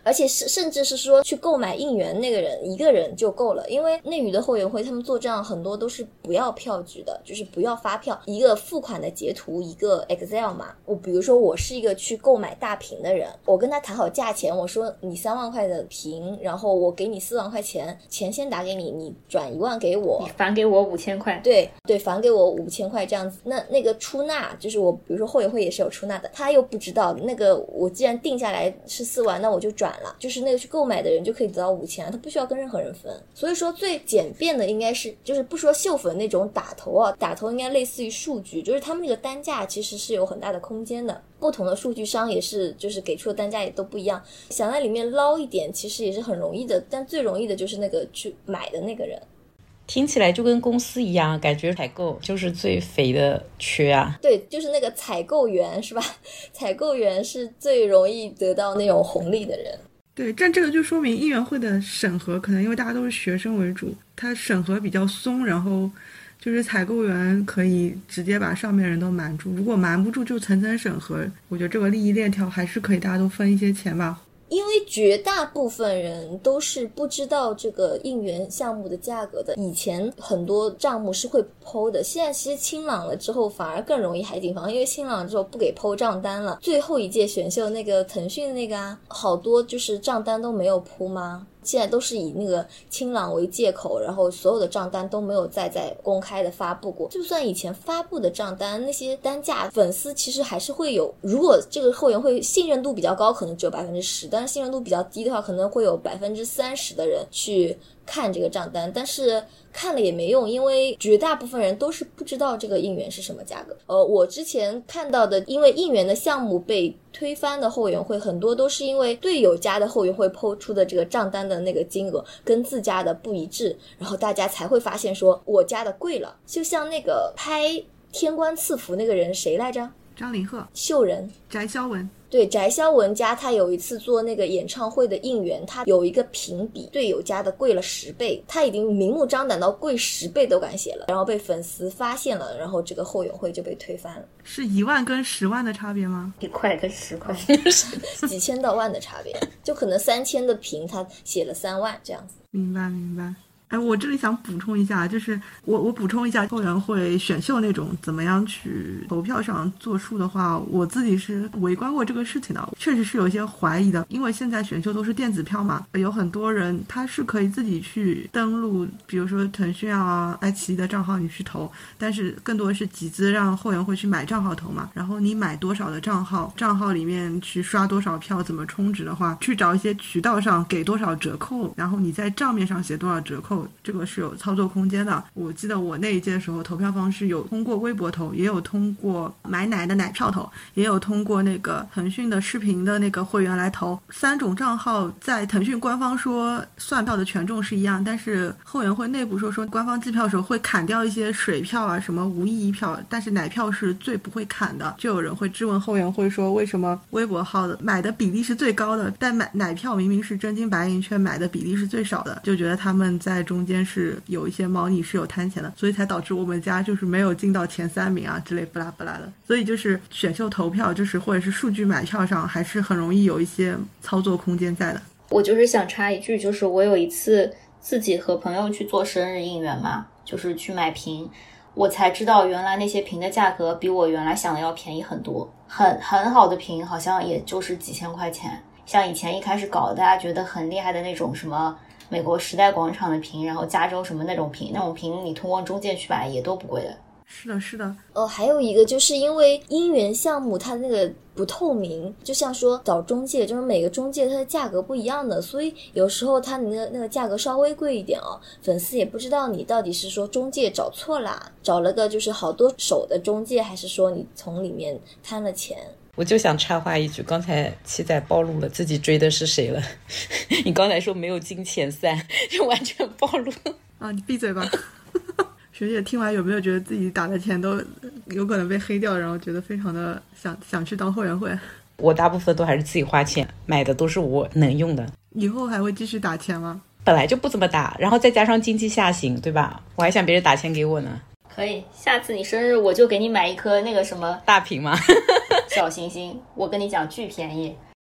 而且甚至是说去购买应援那个人一个人就够了，因为内娱的后援会他们做账很多都是不要票据的，就是不要发票，一个付款的截图，一个 Excel 码。我比如说我是一个去购买大屏的人，我跟他谈好价钱，我说你3万块的屏，然后我给你4万块钱，钱先打给你，你转1万给我， 你返给我5000块。 对，返给我5000块这样子。那个出纳就是我，比如说后援会也是有出纳的，他又不知道那个我既然定下来是4万，那我就转了，就是那个去购买的人就可以得到5000，他不需要跟任何人分。所以说最简便的应该是，就是不说秀粉那种打头啊，打头应该类似于数据，就是他们那个单价其实是有很大的空间的，不同的数据商也是就是给出的单价也都不一样，想在里面捞一点其实也是很容易的，但最容易的就是那个去买的那个人。 听起来就跟公司一样，感觉采购就是最肥的缺啊。 对，就是那个采购员是吧？采购员是最容易得到那种红利的人。 对，但这个就说明应援会的审核可能因为大家都是学生为主，它审核比较松，然后就是采购员可以直接把上面人都瞒住，如果瞒不住就层层审核，我觉得这个利益链条还是可以大家都分一些钱吧。 因为绝大部分人都是不知道这个应援项目的价格的，以前很多账目是会PO的，现在其实清朗了之后反而更容易海景房，因为清朗了之后不给PO账单了。最后一届选秀那个腾讯的那个啊，好多就是账单都没有铺吗？现在都是以那个清朗为借口，然后所有的账单都没有再公开的发布过。就算以前发布的账单，那些单价粉丝其实还是会有，如果这个后援会信任度比较高可能只有 10%， 但是信任度比较低的话可能会有 30% 的人去看这个账单，但是看了也没用，因为绝大部分人都是不知道这个应援是什么价格。我之前看到的因为应援的项目被推翻的后援会很多都是因为队友家的后援会抛出的这个账单的那个金额跟自家的不一致，然后大家才会发现说我家的贵了。就像那个拍天官赐福那个人谁来着？ 张凌赫、 秀人、 翟潇闻。 对，翟潇闻家他有一次做那个演唱会的应援，他有一个评比队友家的贵了10倍，他已经明目张胆到贵10倍都敢写了，然后被粉丝发现了，然后这个后援会就被推翻了。 是1万跟10万的差别吗 ？1块跟10块几千到万的差别，就可能3000的评他写了3万这样子。 明白明白。我这里想补充一下，就是我补充一下后援会选秀那种怎么样去投票上做数的话，我自己是围观过这个事情的，确实是有一些怀疑的，因为现在选秀都是电子票嘛，有很多人他是可以自己去登录，比如说腾讯啊、爱奇艺的账号你去投，但是更多是集资让后援会去买账号投嘛，然后你买多少的账号里面去刷多少票，怎么充值的话，去找一些渠道上给多少折扣，然后你在账面上写多少折扣，这个是有操作空间的。我记得我那一届的时候投票方式有通过微博投，也有通过买奶的奶票投，也有通过那个腾讯的视频的那个会员来投。3种账号在腾讯官方说算票的权重是一样，但是后援会内部说官方计票的时候会砍掉一些水票啊什么无意义票，但是奶票是最不会砍的。就有人会质问后援会说为什么微博号的买的比例是最高的，但奶票明明是真金白银却买的比例是最少的，就觉得他们在中间是有一些猫腻，是有贪钱的，所以才导致我们家就是没有进到前3名啊之类不拉不拉的。所以就是选秀投票就是或者是数据买票上还是很容易有一些操作空间在的。 我就是想插一句，就是我有一次自己和朋友去做生日应援嘛，就是去买屏，我才知道原来那些屏的价格比我原来想的要便宜很多，很好的屏好像也就是几千块钱。像以前一开始搞的大家觉得很厉害的那种什么美国时代广场的屏，然后加州什么那种屏你通过中介去买也都不贵的。 是的是的。 还有一个就是因为应援项目它那个不透明，就像说找中介，就是每个中介它的价格不一样的，所以有时候它那个价格稍微贵一点粉丝也不知道你到底是说中介找错啦，找了个就是好多手的中介，还是说你从里面贪了钱。 我就想插话一句，刚才七仔暴露了自己追的是谁了你刚才说没有进前3，就完全暴露啊！你闭嘴吧学姐听完有没有觉得自己打的钱都有可能被黑掉，然后觉得非常的想去当后援会？ 我大部分都还是自己花钱买的，都是我能用的。 以后还会继续打钱吗？ 本来就不怎么打，然后再加上经济下行，对吧？我还想别人打钱给我呢。 可以，下次你生日我就给你买一颗那个什么大屏吗小行星，我跟你讲巨便宜，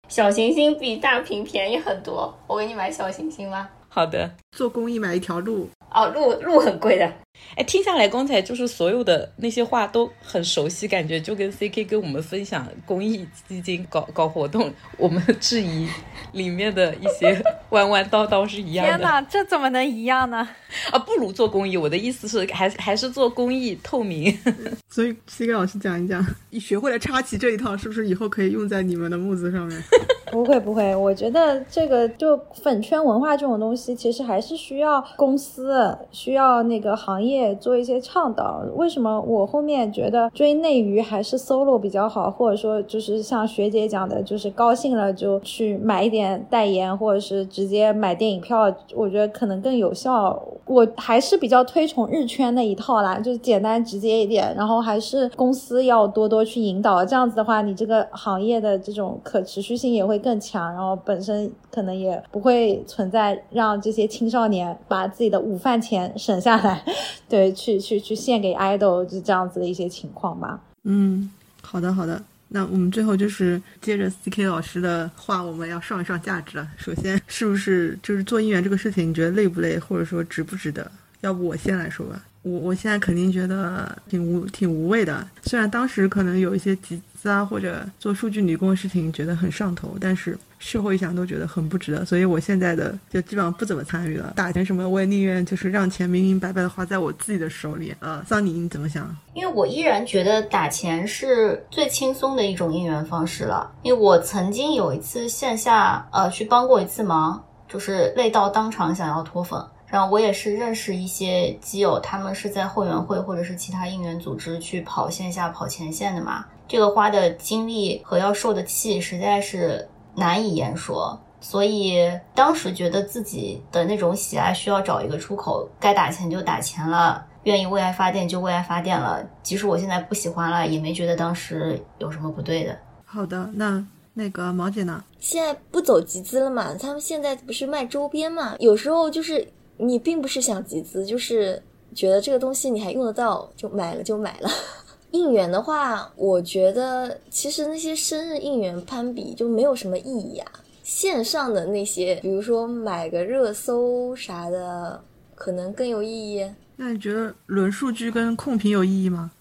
小行星比大屏便宜很多，我给你买小行星吧。 好的， 做公益买一条路。 哦，路很贵的。 哎，听下来刚才就是所有的那些话都很熟悉，感觉就跟 CK 跟我们分享公益基金搞活动，我们质疑里面的一些弯弯道道是一样的。 天哪，这怎么能一样呢？ 啊，不如做公益，我的意思是还是做公益透明。 所以 CK 老师讲一讲，你学会了插旗这一套，是不是以后可以用在你们的募资上面？ 不会，我觉得这个就粉圈文化这种东西，其实还是需要公司，需要那个行业做一些倡导。为什么我后面觉得追内娱还是 solo 比较好，或者说就是像学姐讲的，就是高兴了就去买一点代言，或者是直接买电影票，我觉得可能更有效。我还是比较推崇日圈那一套啦，就是简单直接一点，然后还是公司要多去引导，这样子的话你这个行业的这种可持续性也会更强，然后本身可能也不会存在让这些青少年把自己的午饭钱省下来，对，去献给 idol 就这样子的一些情况吧。 好的，那我们最后就是接着 CK 老师的话，我们要上一上价值了。首先是不是就是做应援这个事情你觉得累不累，或者说值不值得？要不我先来说吧。我现在肯定觉得挺无谓的，虽然当时可能有一些集资啊或者做数据女工的事情觉得很上头，但是事后一想都觉得很不值得，所以我现在的就基本上不怎么参与了。打钱什么我也宁愿就是让钱明明白白的花在我自己的手里。桑尼你怎么想？ 因为我依然觉得打钱是最轻松的一种应援方式了。因为我曾经有一次线下去帮过一次忙，就是累到当场想要脱粉。然后我也是认识一些基友，他们是在后援会或者是其他应援组织去跑线下跑前线的嘛，这个花的精力和要受的气实在是难以言说。所以当时觉得自己的那种喜爱需要找一个出口，该打钱就打钱了，愿意为爱发电就为爱发电了，即使我现在不喜欢了，也没觉得当时有什么不对的。 好的，那个毛姐呢？ 现在不走集资了嘛，他们现在不是卖周边嘛，有时候就是你并不是想集资，就是觉得这个东西你还用得到，就买了。应援的话，我觉得其实那些生日应援攀比就没有什么意义啊。线上的那些，比如说买个热搜啥的，可能更有意义。 那你觉得轮数据跟控评有意义吗？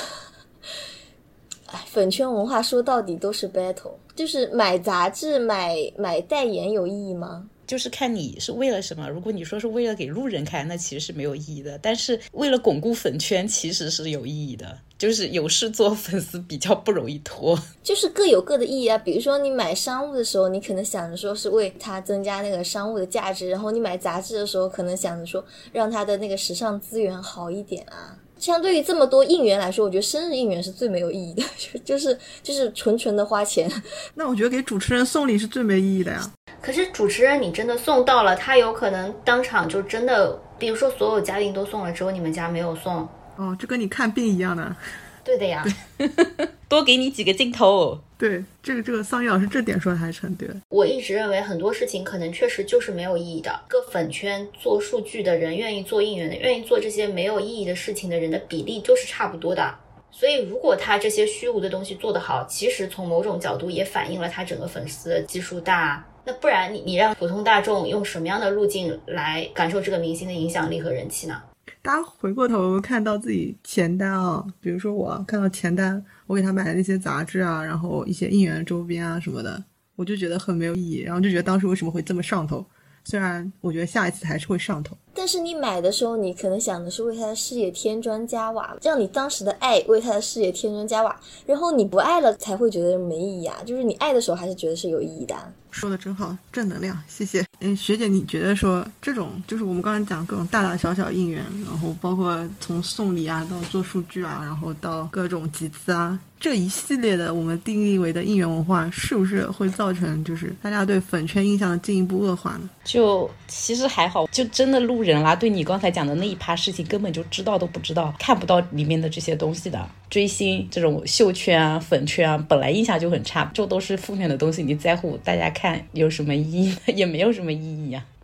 粉圈文化说到底都是 battle， 就是买杂志买代言有意义吗？ 就是看你是为了什么。如果你说是为了给路人看，那其实是没有意义的，但是为了巩固粉圈其实是有意义的，就是有事做粉丝比较不容易拖， 就是各有各的意义啊。比如说你买商务的时候，你可能想着说是为它增加那个商务的价值，然后你买杂志的时候可能想着说让它的那个时尚资源好一点啊。相对于这么多应援来说，我觉得生日应援是最没有意义的，就是纯的花钱。 那我觉得给主持人送礼是最没意义的呀。 可是主持人你真的送到了，他有可能当场就真的，比如说所有嘉宾都送了，只有你们家没有送。 哦，这跟你看病一样的。 对的呀。 多给你几个镜头。 对，这个桑尼老师这点说的还是很对的。 我一直认为很多事情可能确实就是没有意义的。各粉圈做数据的人，愿意做应援的，愿意做这些没有意义的事情的人的比例就是差不多的。所以如果他这些虚无的东西做得好，其实从某种角度也反映了他整个粉丝的基数大。那不然你让普通大众用什么样的路径来感受这个明星的影响力和人气呢？ 大家回过头看到自己钱单啊，比如说我看到钱单，我给他买的那些杂志啊，然后一些应援周边啊什么的，我就觉得很没有意义，然后就觉得当时为什么会这么上头，虽然我觉得下一次还是会上头。 但是你买的时候你可能想的是为他的事业添砖加瓦，让你当时的爱为他的事业添砖加瓦，然后你不爱了才会觉得没意义啊，就是你爱的时候还是觉得是有意义的。 说的真好，正能量，谢谢。学姐你觉得说这种就是我们刚才讲各种大大小小应援，然后包括从送礼啊到做数据啊，然后到各种集资啊，这一系列的我们定义为的应援文化，是不是会造成就是大家对粉圈印象的进一步恶化呢？ 就其实还好，就真的路人啦，对你刚才讲的那一趴事情根本就知道都不知道，看不到里面的这些东西的。追星这种秀圈啊粉圈啊本来印象就很差，这都是负面的东西，你在乎大家看有什么意义呢？也没有什么意义啊。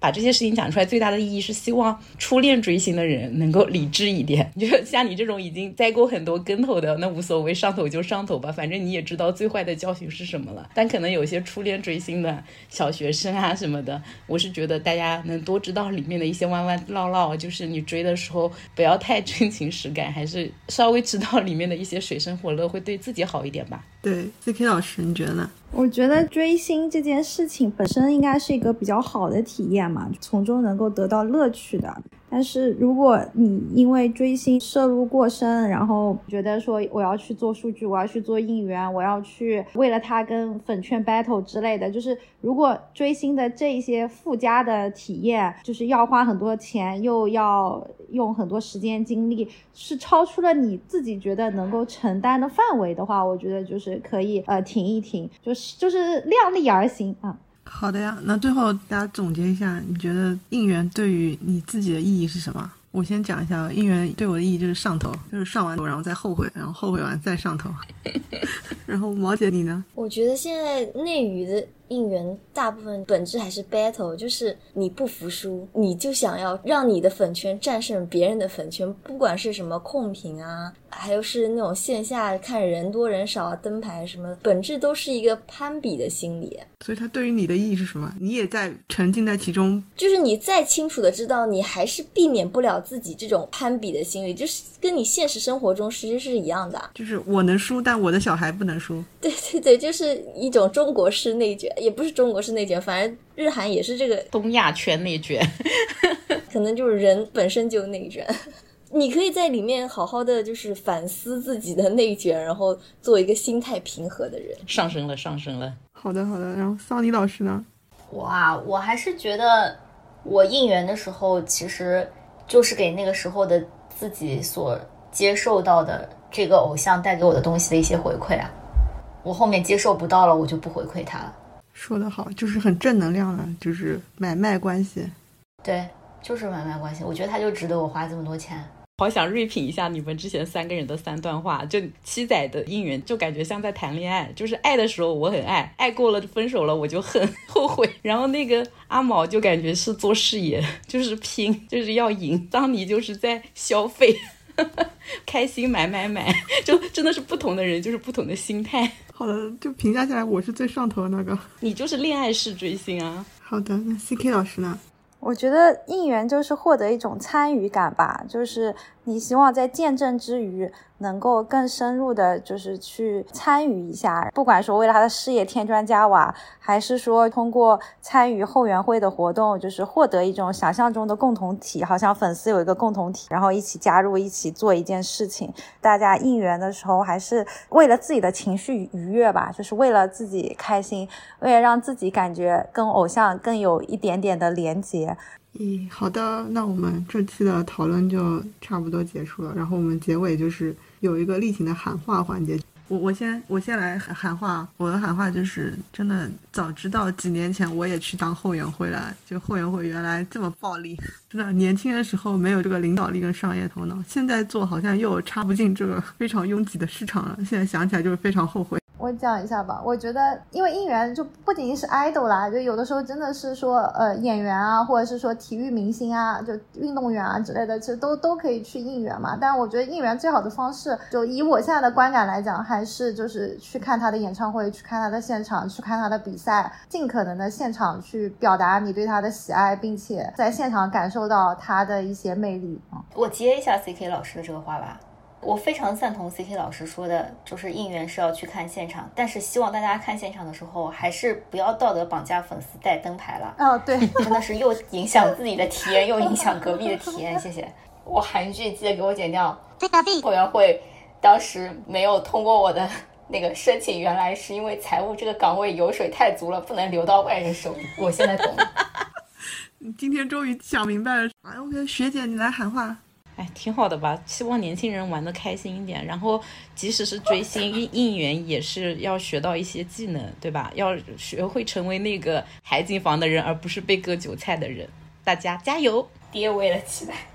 把这些事情讲出来最大的意义是希望初恋追星的人能够理智一点，就像你这种已经栽过很多跟头的，那无所谓，上头就上头吧，反正你也知道最坏的教训是什么了。但可能有些初恋追星的小学生啊什么的，我是觉得大家能多知道里面的一些弯弯绕绕，就是你追的时候不要太真情实感，还是稍微知道里面的一些水深火热，会对自己好一点吧。 对 CK 老师你觉得呢？ 我觉得追星这件事情本身应该是一个比较好的体验嘛，从中能够得到乐趣的。但是如果你因为追星摄入过深，然后觉得说我要去做数据，我要去做应援，我要去为了他跟粉圈 battle 之类的，就是如果追星的这些附加的体验就是要花很多钱，又要用很多时间精力，是超出了你自己觉得能够承担的范围的话，我觉得就是可以停一停，就是量力而行啊。 好的呀，那最后大家总结一下，你觉得应援对于你自己的意义是什么？我先讲一下，应援对我的意义就是上头，就是上完头然后再后悔，然后后悔完再上头。然后毛姐你呢？ 我觉得现在内娱的应援大部分本质还是 battle， 就是你不服输，你就想要让你的粉圈战胜别人的粉圈，不管是什么控评啊，还有是那种线下看人多人少啊，灯牌什么，本质都是一个攀比的心理。 所以它对于你的意义是什么？你也在沉浸在其中， 就是你再清楚的知道，你还是避免不了自己这种攀比的心理，就是跟你现实生活中其实是一样的， 就是我能输，但我的小孩不能输。 对对对，就是一种中国式内卷，也不是中国式内卷，反正日韩也是这个东亚圈内卷。 可能就是人本身就内卷。你可以在里面好好的就是反思自己的内卷，然后做一个心态平和的人。 上升了上升了。 好的好的，然后桑尼老师呢？ 哇，我还是觉得我应援的时候其实就是给那个时候的自己所接受到的这个偶像带给我的东西的一些回馈啊，我后面接受不到了我就不回馈他了。 说得好，就是很正能量了，就是买卖关系。 对，就是买卖关系，我觉得他就值得我花这么多钱。 好想锐评一下你们之前3个人的3段话，就七仔的应援就感觉像在谈恋爱，就是爱的时候我很爱，爱过了分手了我就很后悔。然后那个阿毛就感觉是做事业，就是拼，就是要赢。当你就是在消费开心买，就真的是不同的人就是不同的心态。 好的，就评价下来我是最上头的那个。 你就是恋爱式追星啊。 好的，那 CK 老师呢？ 我觉得应援就是获得一种参与感吧，就是你希望在见证之余能够更深入的就是去参与一下，不管说为了他的事业添砖加瓦，还是说通过参与后援会的活动，就是获得一种想象中的共同体，好像粉丝有一个共同体，然后一起加入，一起做一件事情。大家应援的时候还是为了自己的情绪愉悦吧，就是为了自己开心，为了让自己感觉跟偶像更有一点点的连结。 好的，那我们这期的讨论就差不多结束了，然后我们结尾就是有一个例行的喊话环节。我先来喊话，我的喊话就是真的早知道几年前我也去当后援会了，就后援会原来这么暴力，真的年轻的时候没有这个领导力跟商业头脑，现在做好像又插不进这个非常拥挤的市场了，现在想起来就是非常后悔。 我讲一下吧，我觉得因为应援就不仅仅是 idol 啦，就有的时候真的是说演员啊，或者是说体育明星啊，就运动员啊之类的，其实都可以去应援嘛。但我觉得应援最好的方式，就以我现在的观感来讲，还是就是去看他的演唱会，去看他的现场，去看他的比赛，尽可能的现场去表达你对他的喜爱，并且在现场感受到他的一些魅力。 我接一下 CK 老师的这个话吧，我非常赞同 CK 老师说的，就是应援是要去看现场，但是希望大家看现场的时候还是不要道德绑架粉丝带灯牌了。 哦，对， 真的是又影响自己的体验，又影响隔壁的体验。谢谢。我韩剧记得给我剪掉。后援会当时没有通过我的那个申请，原来是因为财务这个岗位油水太足了，不能流到外人手里。我现在懂了。 今天终于想明白了。OK， 学姐你来喊话。 哎，挺好的吧，希望年轻人玩得开心一点，然后即使是追星应援也是要学到一些技能，对吧？要学会成为那个海景房的人，而不是被割韭菜的人。大家加油， 爹为了期待。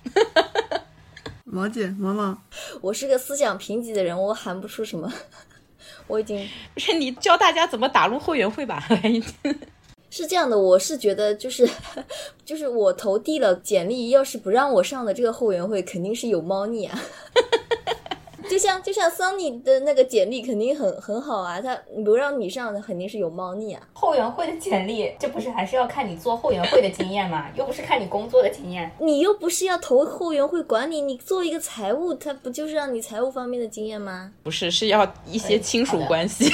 毛姐毛毛， 我是个思想贫瘠的人，我喊不出什么。我已经不是你教大家怎么打入后援会吧。 是这样的，我是觉得就是我投递了简历，要是不让我上的这个后援会肯定是有猫腻啊。就像 Sunny 的那个简历肯定很好啊，他不让你上的肯定是有猫腻啊。 后援会的简历，这不是还是要看你做后援会的经验吗？又不是看你工作的经验。 你又不是要投后援会管理，你做一个财务，他不就是让你财务方面的经验吗？ 不是，是要一些亲属关系。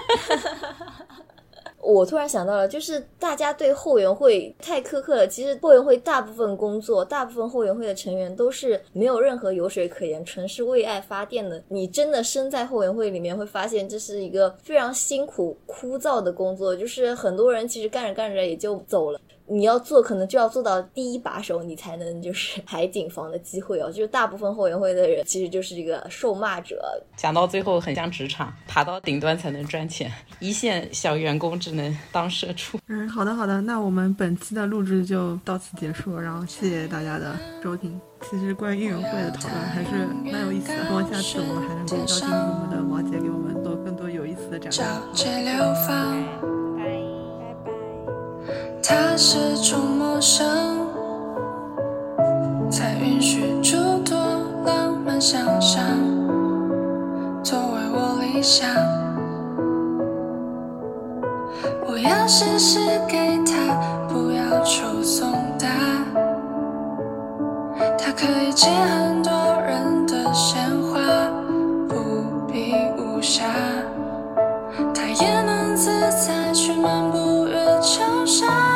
我突然想到了，就是大家对后援会太苛刻了。其实后援会大部分工作，大部分后援会的成员都是没有任何油水可言，纯是为爱发电的。你真的身在后援会里面，会发现这是一个非常辛苦枯燥的工作，就是很多人其实干着干着也就走了。你要做可能就要做到第一把手，你才能就是排警防的机会哦。就是大部分后援会的人其实就是这个受骂者。 讲到最后很像职场，爬到顶端才能赚钱，一线小员工只能当社畜。 好的，那我们本期的录制就到此结束，然后谢谢大家的收听。其实关于应援会的讨论还是蛮有意思的，希望下次我们还能够邀请我们的毛姐给我们做更多有意思的展览。 它是种陌生，才允许诸多浪漫想象作为我理想。我要时时给他，不要求送达，它可以接很多人的鲜花，不必无暇，它也能自在去漫步月球上。